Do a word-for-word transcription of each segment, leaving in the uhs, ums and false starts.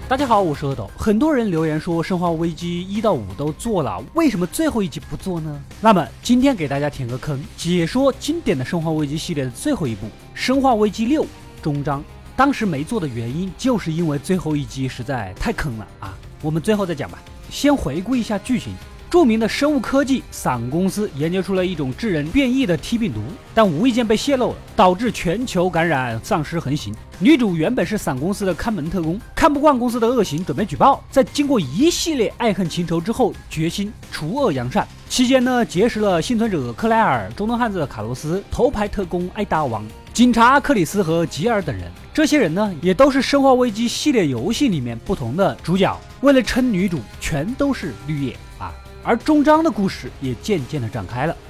大家好，我是阿斗。很多人留言说《生化危机》一到五都做了，为什么最后一集不做呢？那么今天给大家填个坑，解说经典的《生化危机》系列的最后一部《生化危机六：终章》。当时没做的原因，就是因为最后一集实在太坑了啊！我们最后再讲吧。先回顾一下剧情。著名的生物科技伞公司研究出了一种致人变异的 T 病毒，但无意间被泄露了，导致全球感染，丧尸横行。女主原本是伞公司的看门特工，看不惯公司的恶行，准备举报。在经过一系列爱恨情仇之后，决心除恶扬善。期间呢，结识了幸存者克莱尔、中东汉子卡洛斯、头牌特工埃达王、警察克里斯和吉尔等人。这些人呢，也都是《生化危机》系列游戏里面不同的主角。为了撑女主，全都是绿叶啊。而终章的故事也渐渐地展开了。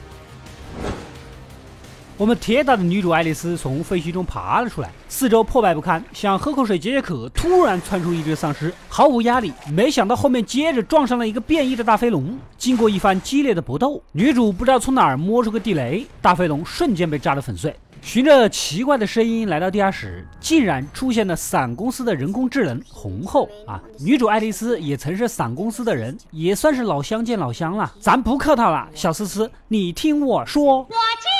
我们铁打的女主爱丽丝从废墟中爬了出来，四周破败不堪，想喝口水解解渴，突然窜出一只丧尸，毫无压力。没想到后面接着撞上了一个变异的大飞龙。经过一番激烈的搏斗，女主不知道从哪儿摸出个地雷，大飞龙瞬间被炸得粉碎。循着奇怪的声音来到地下室，竟然出现了伞公司的人工智能红后啊！女主爱丽丝也曾是伞公司的人，也算是老乡见老乡了。咱不客套了，小思思，你听我说，我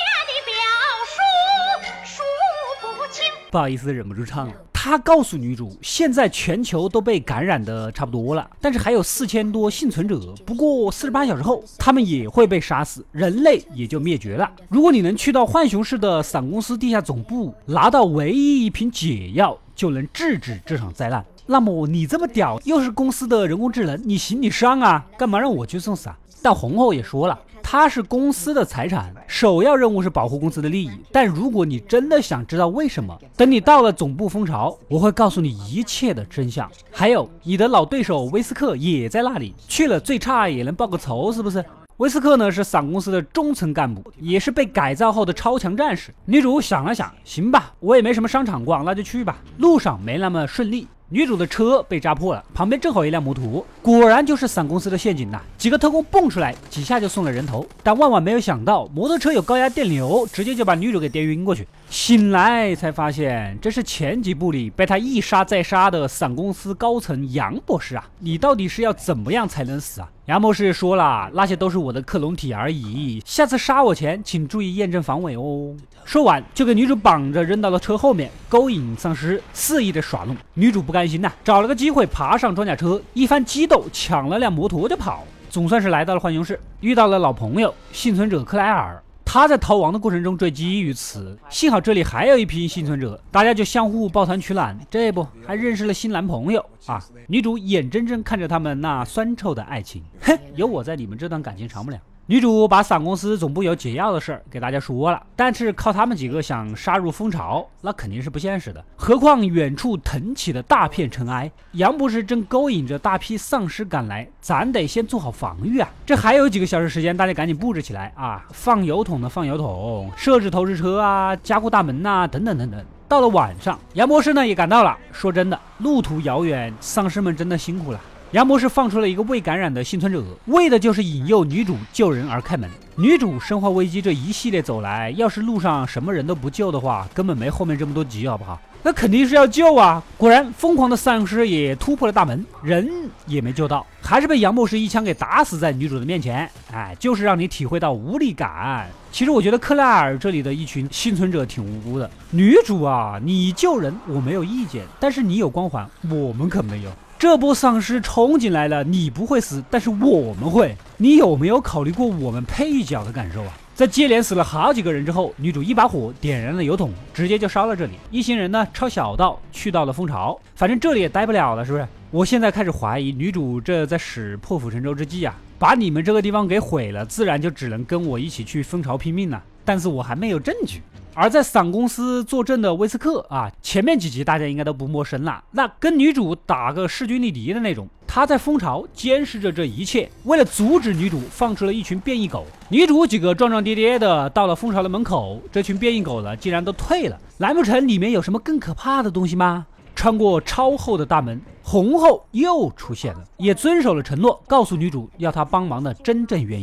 家的表叔数不清。不好意思，忍不住唱了。他告诉女主，现在全球都被感染的差不多了，但是还有四千多幸存者。不过四十八小时后，他们也会被杀死，人类也就灭绝了。如果你能去到浣熊市的伞公司地下总部，拿到唯一一瓶解药，就能制止这场灾难。那么你这么屌，又是公司的人工智能，你行你上啊，干嘛让我去送死啊？但红后也说了，它是公司的财产，首要任务是保护公司的利益。但如果你真的想知道为什么，等你到了总部蜂巢，我会告诉你一切的真相。还有，你的老对手威斯克也在那里，去了最差也能报个仇，是不是？威斯克呢是伞公司的中层干部，也是被改造后的超强战士。女主想了想，行吧，我也没什么商场逛，那就去吧。路上没那么顺利。女主的车被扎破了，旁边正好一辆摩托，果然就是伞公司的陷阱呐！几个特工蹦出来，几下就送了人头，但万万没有想到，摩托车有高压电流，直接就把女主给电晕过去。醒来才发现，这是前几部里被他一杀再杀的伞公司高层杨博士啊！你到底是要怎么样才能死啊？杨博士说了，那些都是我的克隆体而已，下次杀我前请注意验证防伪哦。说完就给女主绑着扔到了车后面，勾引丧尸，肆意的耍弄。女主不甘心呐、啊，找了个机会爬上装甲车，一番激斗抢了辆摩托就跑，总算是来到了浣熊市，遇到了老朋友幸存者克莱尔。他在逃亡的过程中坠机于此，幸好这里还有一批幸存者，大家就相互抱团取暖，这不还认识了新男朋友啊！女主眼睁睁看着他们那酸臭的爱情，哼，有我在，你们这段感情长不了。女主把伞公司总部有解药的事儿给大家说了，但是靠他们几个想杀入蜂巢，那肯定是不现实的。何况远处腾起的大片尘埃，杨博士正勾引着大批丧尸赶来，咱得先做好防御啊！这还有几个小时时间，大家赶紧布置起来啊！放油桶的放油桶，设置投掷车啊，加固大门呐、啊，等等等等。到了晚上，杨博士呢也赶到了。说真的，路途遥远，丧尸们真的辛苦了。杨博士放出了一个未感染的幸存者，为的就是引诱女主救人而开门。女主生化危机这一系列走来，要是路上什么人都不救的话，根本没后面这么多集好不好？那肯定是要救啊！果然疯狂的丧尸也突破了大门，人也没救到，还是被杨博士一枪给打死在女主的面前。哎，就是让你体会到无力感。其实我觉得克莱尔这里的一群幸存者挺无辜的。女主啊，你救人我没有意见，但是你有光环，我们可没有。这波丧尸冲进来了，你不会死，但是我们会。你有没有考虑过我们配角的感受啊？在接连死了好几个人之后，女主一把火点燃了油桶，直接就烧了这里。一行人呢抄小道去到了蜂巢，反正这里也待不了了，是不是？我现在开始怀疑女主这在使破釜沉舟之计啊，把你们这个地方给毁了，自然就只能跟我一起去蜂巢拼命了。但是我还没有证据。而在伞公司坐镇的威斯克啊，前面几集大家应该都不陌生了，那跟女主打个势均力敌的那种。他在蜂巢监视着这一切，为了阻止女主，放出了一群变异狗。女主几个壮壮跌跌的到了蜂巢的门口，这群变异狗呢竟然都退了。难不成里面有什么更可怕的东西吗？穿过超厚的大门，红后又出现了，也遵守了承诺，告诉女主要她帮忙的真正原因。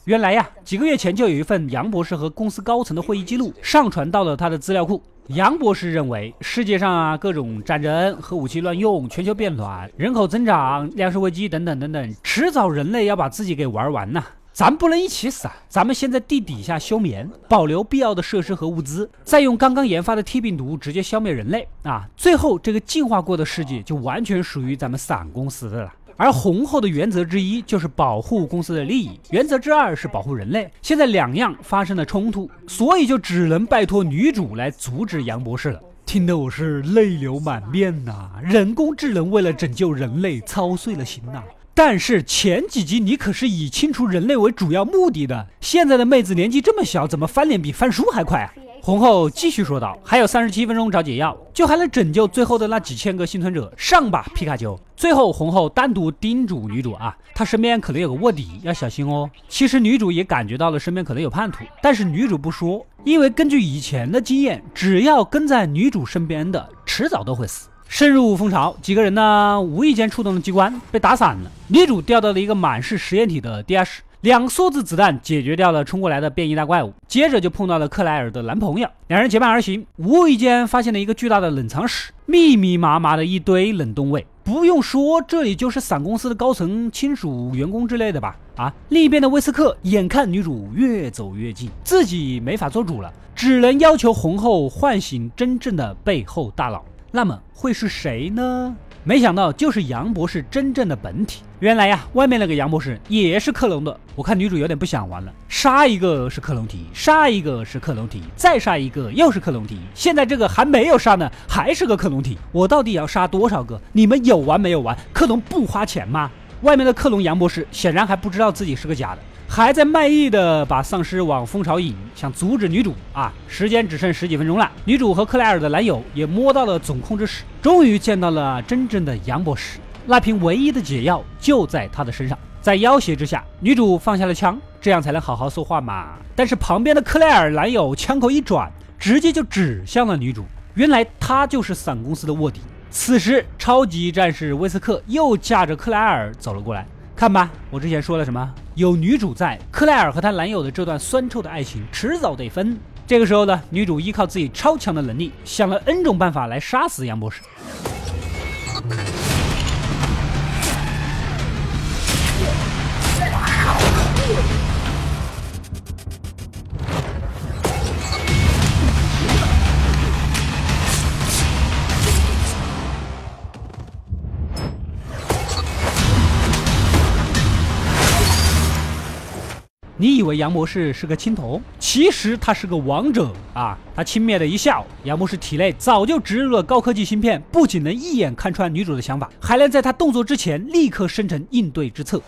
原来呀，几个月前就有一份杨博士和公司高层的会议记录上传到了他的资料库。杨博士认为，世界上啊各种战争、核武器乱用、全球变暖、人口增长、粮食危机等等等等，迟早人类要把自己给玩完呐。咱不能一起死啊！咱们先在地底下休眠，保留必要的设施和物资，再用刚刚研发的 T 病毒直接消灭人类啊！最后这个进化过的世界就完全属于咱们伞公司的了。而红后的原则之一就是保护公司的利益，原则之二是保护人类。现在两样发生了冲突，所以就只能拜托女主来阻止杨博士了。听得我是泪流满面呐、啊！人工智能为了拯救人类操碎了心呐、啊！但是前几集你可是以清除人类为主要目的的，现在的妹子年纪这么小，怎么翻脸比翻书还快啊？红后继续说道，还有三十七分钟找解药，就还能拯救最后的那几千个幸存者，上吧皮卡丘。最后红后单独叮嘱女主啊，她身边可能有个卧底，要小心哦。其实女主也感觉到了身边可能有叛徒，但是女主不说，因为根据以前的经验，只要跟在女主身边的迟早都会死。深入蜂巢，几个人呢无意间触动了机关，被打散了。女主掉到了一个满是实验体的地下室，两梭子子弹解决掉了冲过来的变异大怪物，接着就碰到了克莱尔的男朋友，两人结伴而行，无意间发现了一个巨大的冷藏室，密密麻麻的一堆冷冻位。不用说，这里就是伞公司的高层亲属员工之类的吧？啊！另一边的威斯克眼看女主越走越近，自己没法做主了，只能要求红后唤醒真正的背后大佬。那么会是谁呢？没想到就是杨博士真正的本体。原来呀，外面那个杨博士也是克隆的。我看女主有点不想玩了，杀一个是克隆体，杀一个是克隆体，再杀一个又是克隆体，现在这个还没有杀呢，还是个克隆体。我到底要杀多少个？你们有完没有完？克隆不花钱吗？外面的克隆杨博士显然还不知道自己是个假的，还在卖力的把丧尸往蜂巢引，想阻止女主啊！时间只剩十几分钟了，女主和克莱尔的男友也摸到了总控制室，终于见到了真正的杨博士。那瓶唯一的解药就在他的身上，在要挟之下，女主放下了枪，这样才能好好说话嘛。但是旁边的克莱尔男友枪口一转，直接就指向了女主，原来他就是伞公司的卧底。此时，超级战士威斯克又驾着克莱尔走了过来。看吧，我之前说了什么？有女主在，克莱尔和她男友的这段酸臭的爱情迟早得分。这个时候呢，女主依靠自己超强的能力，想了 N 种办法来杀死杨博士。你以为杨博士是个青铜，其实他是个王者啊！他轻蔑的一笑，杨博士体内早就植入了高科技芯片，不仅能一眼看穿女主的想法，还能在他动作之前立刻生成应对之策。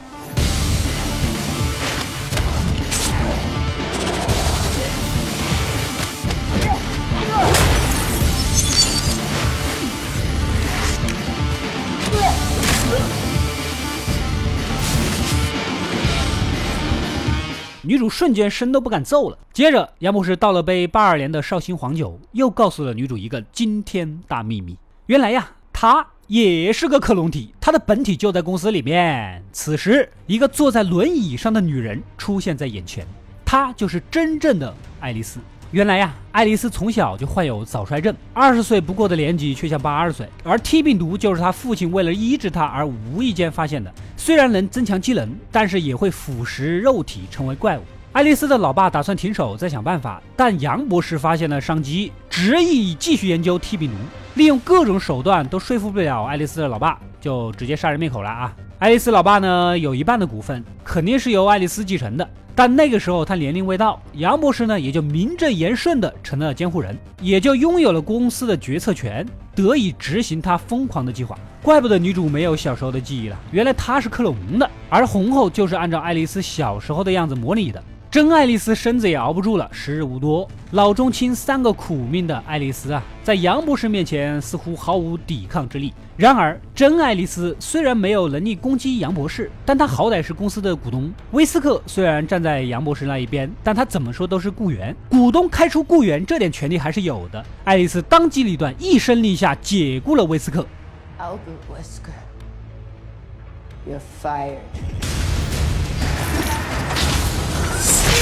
女主瞬间声都不敢奏了。接着，杨博士倒了杯八二年的绍兴黄酒，又告诉了女主一个惊天大秘密。原来呀，他也是个克隆体，他的本体就在公司里面。此时，一个坐在轮椅上的女人出现在眼前，她就是真正的爱丽丝。原来呀，爱丽丝从小就患有早衰症，二十岁不过的年纪却像八十岁，而 T 病毒就是她父亲为了医治她而无意间发现的。虽然能增强机能，但是也会腐蚀肉体，成为怪物。爱丽丝的老爸打算停手，再想办法，但杨博士发现了商机，执意继续研究 T 病毒，利用各种手段都说服不了爱丽丝的老爸，就直接杀人灭口了啊！爱丽丝老爸呢，有一半的股份肯定是由爱丽丝继承的，但那个时候他年龄未到，杨博士呢也就名正言顺的成了监护人，也就拥有了公司的决策权，得以执行他疯狂的计划。怪不得女主没有小时候的记忆了，原来她是克隆的，而红后就是按照爱丽丝小时候的样子模拟的。真爱丽丝身子也熬不住了，时日无多，老中青三个苦命的爱丽丝啊，在杨博士面前似乎毫无抵抗之力。然而，真爱丽丝虽然没有能力攻击杨博士，但她好歹是公司的股东。威斯克虽然站在杨博士那一边，但他怎么说都是雇员，股东开除雇员这点权利还是有的。爱丽丝当机立断，一声令下，解雇了威斯克。 Albert Wesker, you're fired.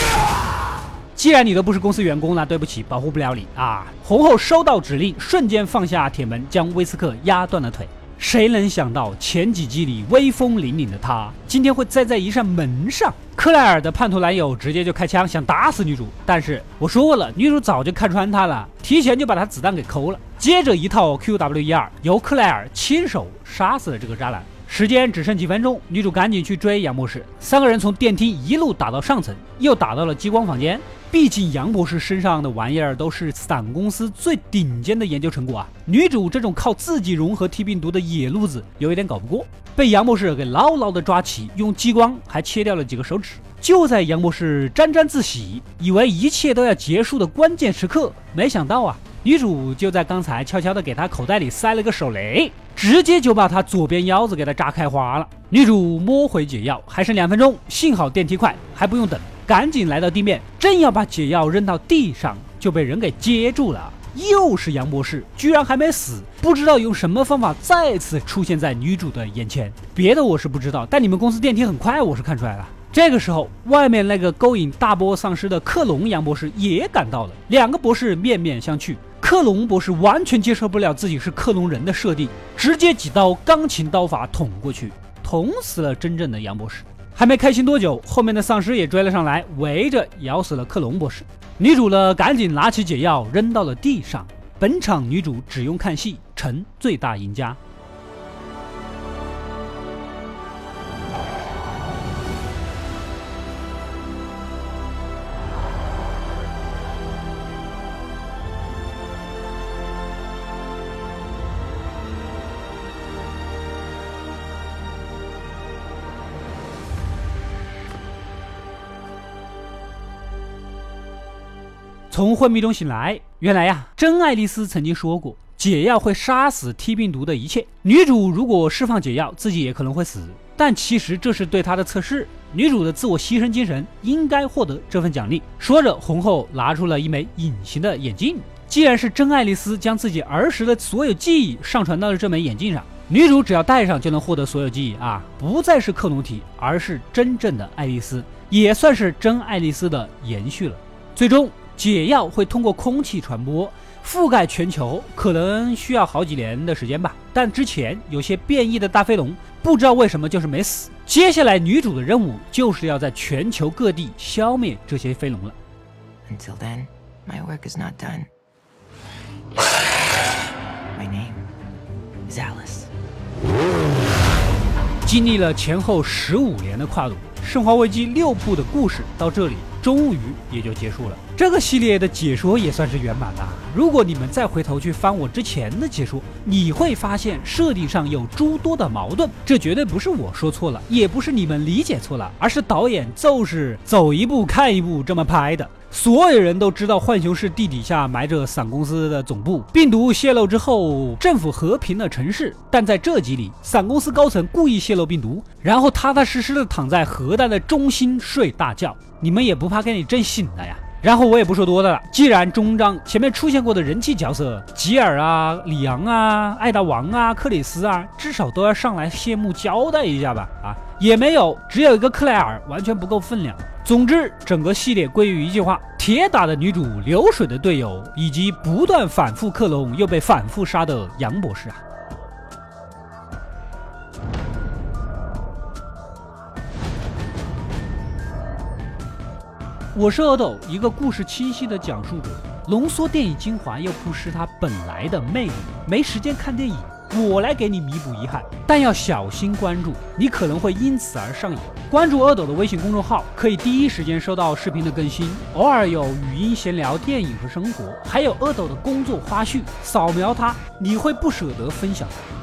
既然你都不是公司员工了，对不起，保护不了你啊！红后收到指令，瞬间放下铁门，将威斯克压断了腿。谁能想到前几集里威风凛凛的他，今天会栽在一扇门上？克莱尔的叛徒男友直接就开枪想打死女主，但是我说过了，女主早就看穿他了，提前就把他子弹给抠了。接着一套 Q W 一二，由克莱尔亲手杀死了这个渣男。时间只剩几分钟，女主赶紧去追杨博士。三个人从电梯一路打到上层，又打到了激光房间。毕竟杨博士身上的玩意儿都是伞公司最顶尖的研究成果啊！女主这种靠自己融合 T 病毒的野路子，有一点搞不过，被杨博士给牢牢的抓起，用激光还切掉了几个手指。就在杨博士沾沾自喜，以为一切都要结束的关键时刻，没想到啊，女主就在刚才悄悄的给他口袋里塞了个手雷，直接就把他左边腰子给他炸开花了。女主摸回解药，还剩两分钟，幸好电梯快，还不用等，赶紧来到地面，正要把解药扔到地上，就被人给接住了。又是杨博士，居然还没死，不知道用什么方法再次出现在女主的眼前。别的我是不知道，但你们公司电梯很快，我是看出来了。这个时候，外面那个勾引大波丧尸的克隆杨博士也赶到了，两个博士面面相觑。克隆博士完全接受不了自己是克隆人的设定，直接几刀钢琴刀法捅过去，捅死了真正的杨博士。还没开心多久，后面的丧尸也追了上来，围着咬死了克隆博士。女主呢，赶紧拿起解药扔到了地上。本场女主只用看戏，成最大赢家。从昏迷中醒来，原来呀，真爱丽丝曾经说过，解药会杀死 T 病毒的一切。女主如果释放解药，自己也可能会死，但其实这是对她的测试。女主的自我牺牲精神应该获得这份奖励。说着，红后拿出了一枚隐形的眼镜。既然是真爱丽丝将自己儿时的所有记忆上传到了这枚眼镜上，女主只要戴上就能获得所有记忆啊，不再是克隆体，而是真正的爱丽丝，也算是真爱丽丝的延续了。最终解药会通过空气传播，覆盖全球，可能需要好几年的时间吧。但之前有些变异的大飞龙，不知道为什么就是没死。接下来女主的任务就是要在全球各地消灭这些飞龙了。 Until then, my work is not done. My name is Alice. 经历了前后十五年的跨度，《生化危机》六部的故事到这里终于也就结束了。这个系列的解说也算是圆满了。如果你们再回头去翻我之前的解说，你会发现设定上有诸多的矛盾。这绝对不是我说错了，也不是你们理解错了，而是导演就是走一步看一步这么拍的。所有人都知道浣熊市地底下埋着伞公司的总部，病毒泄露之后，政府和平了城市。但在这集里，伞公司高层故意泄露病毒，然后踏踏实实的躺在核弹的中心睡大觉。你们也不怕给你震醒了呀？然后我也不说多的了，既然终章前面出现过的人气角色吉尔啊、里昂啊、艾达王啊、克里斯啊，至少都要上来谢幕交代一下吧？啊，也没有，只有一个克莱尔，完全不够分量。总之，整个系列归于一句话：铁打的女主，流水的队友，以及不断反复克隆又被反复杀的杨博士啊！我是阿斗，一个故事清晰的讲述者，浓缩电影精华又不失它本来的魅力。没时间看电影，我来给你弥补遗憾，但要小心关注，你可能会因此而上瘾。关注阿斗的微信公众号，可以第一时间收到视频的更新，偶尔有语音闲聊电影和生活，还有阿斗的工作花絮，扫描它，你会不舍得分享的。